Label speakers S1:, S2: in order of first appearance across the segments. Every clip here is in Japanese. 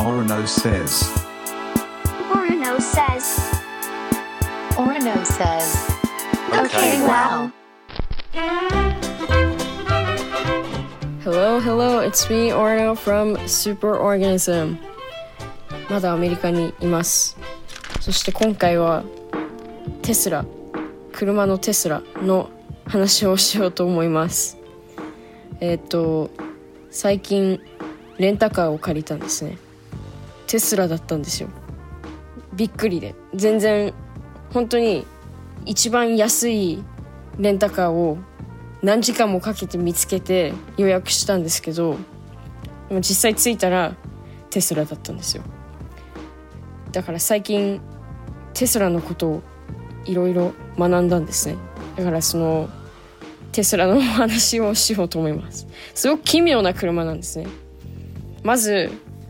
S1: Orono says.
S2: Orono says.
S3: Orono says.
S2: Okay, wow.
S4: Hello, it's me, Orono from Superorganism. まだアメリカにいます。そして今回はテスラ、車のテスラの話をしようと思います。最近レンタカーを借りたんですね。テスラだったんですよ。びっくりで、全然本当に一番安いレンタカーを何時間もかけて見つけて予約したんですけど、でも実際着いたらテスラだったんですよ。だから最近テスラのことをいろいろ学んだんですね。だからそのテスラのお話をしようと思います。すごく奇妙な車なんですね。まず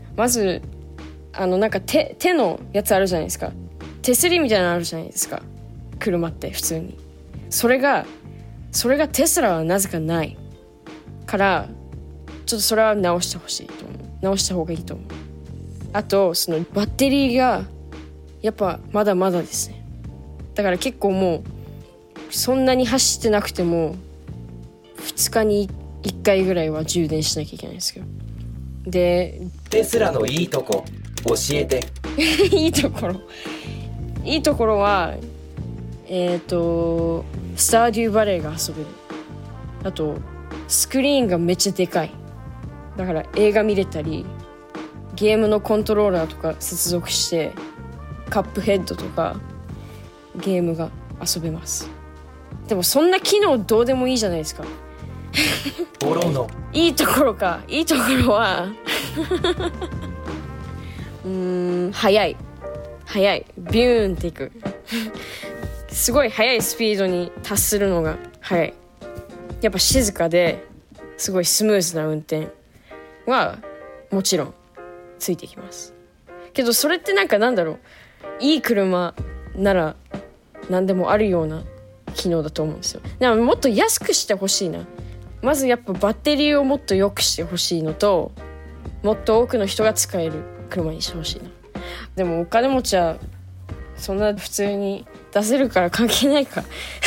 S4: なんか手のやつあるじゃないですか。手すりみたいなのあるじゃないですか、車って普通に。それがテスラはなぜかないからちょっとそれは直してほしいと思う。直した方がいいと思う。あとそのバッテリーがやっぱまだまだですね。だから結構もうそんなに走ってなくても2日に1回ぐらいは充電しなきゃいけないんですけど。で
S5: テスラのいいとこ教えて。
S4: いいところはスターデューバレーが遊べる。あとスクリーンがめっちゃでかい。だから映画見れたり、ゲームのコントローラーとか接続してカップヘッドとかゲームが遊べます。でもそんな機能どうでもいいじゃないですか。
S5: ボロの
S4: いいところは速いビューンっていくすごい速いスピードに達するのが速い。やっぱ静かですごいスムーズな運転はもちろんついてきますけど、それってなんだろう、いい車なら何でもあるような機能だと思うんですよ。でももっと安くしてほしいな。まずやっぱバッテリーをもっと良くしてほしいのと、もっと多くの人が使える車にしてほしいな。でもお金持ちはそんな普通に出せるから関係ないか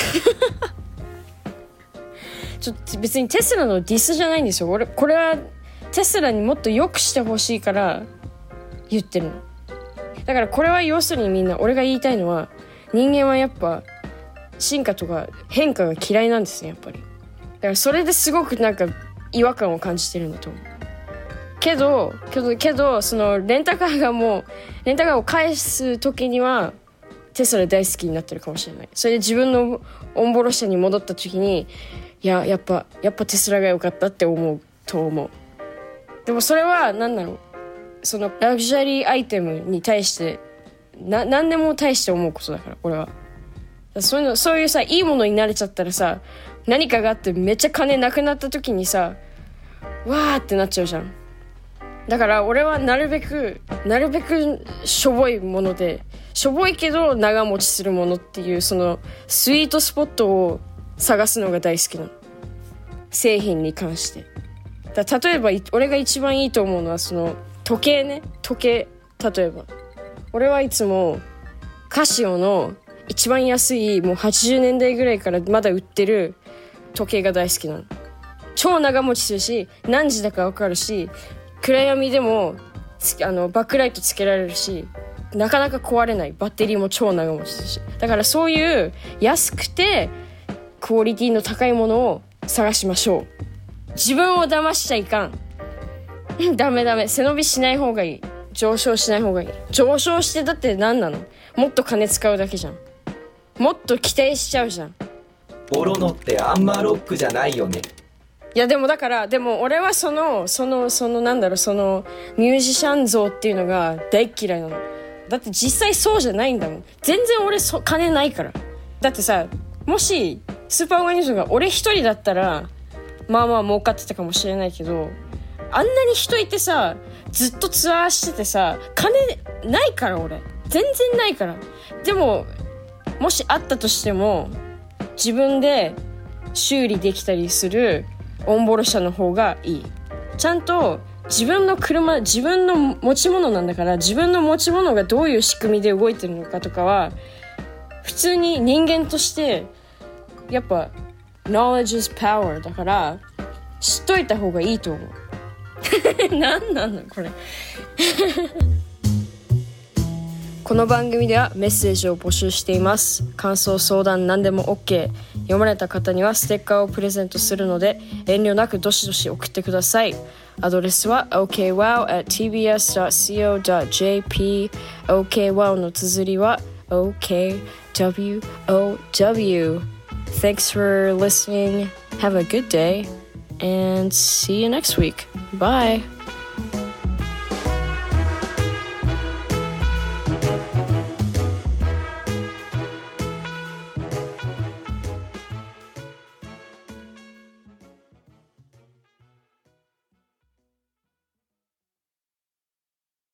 S4: ちょっと別にテスラのディスじゃないんですよ。これはテスラにもっと良くしてほしいから言ってるの。だからこれは要するにみんな、俺が言いたいのは、人間はやっぱ進化とか変化が嫌いなんですね、やっぱり。だからそれですごく違和感を感じてるんだと思う。けどそのレンタカーを返す時にはテスラ大好きになってるかもしれない。それで自分のオンボロ車に戻った時に、やっぱテスラが良かったって思うと思う。でもそれはそのラグジュアリーアイテムに対して何でも対して思うことだから、俺は。そういうさ、いいものに慣れちゃったらさ、何かがあってめっちゃ金なくなった時にさ、わーってなっちゃうじゃん。だから俺はなるべくしょぼいもので、しょぼいけど長持ちするものっていう、そのスイートスポットを探すのが大好きなの、製品に関して。例えば俺が一番いいと思うのはその時計。例えば俺はいつもカシオの一番安い、もう80年代ぐらいからまだ売ってる時計が大好きなの。超長持ちするし、何時だか分かるし、暗闇でもバックライトつけられるし、なかなか壊れない。バッテリーも超長持ちするし。だからそういう安くてクオリティの高いものを探しましょう。自分を騙しちゃいかんダメ。背伸びしない方がいい。上昇しない方がいい。上昇してだって何なの？もっと金使うだけじゃん。もっと期待しちゃうじゃん。
S5: ボロノってあんまロックじゃないよね。
S4: いやでも俺はそのミュージシャン像っていうのが大嫌いなの。だって実際そうじゃないんだもん。全然俺金ないから。だってさ、もしスーパーオーガニズムが俺一人だったらまあ儲かってたかもしれないけど、あんなに人いてさ、ずっとツアーしててさ、金ないから俺。全然ないから。でももしあったとしても自分で修理できたりするオンボロ車の方がいい。ちゃんと自分の車、自分の持ち物なんだから、自分の持ち物がどういう仕組みで動いてるのかとかは普通に人間としてやっぱ knowledge is power だから知っといた方がいいと思う。何なのこれ。この番組ではメッセージを募集しています。感想、相談、何でも OK。 読まれた方にはステッカーをプレゼントするので遠慮なくどしどし送ってください。アドレスは okwow@tbs.co.jp。 okwow の綴りは OKWOW。 Thanks for listening. Have a good day and see you next week. Bye.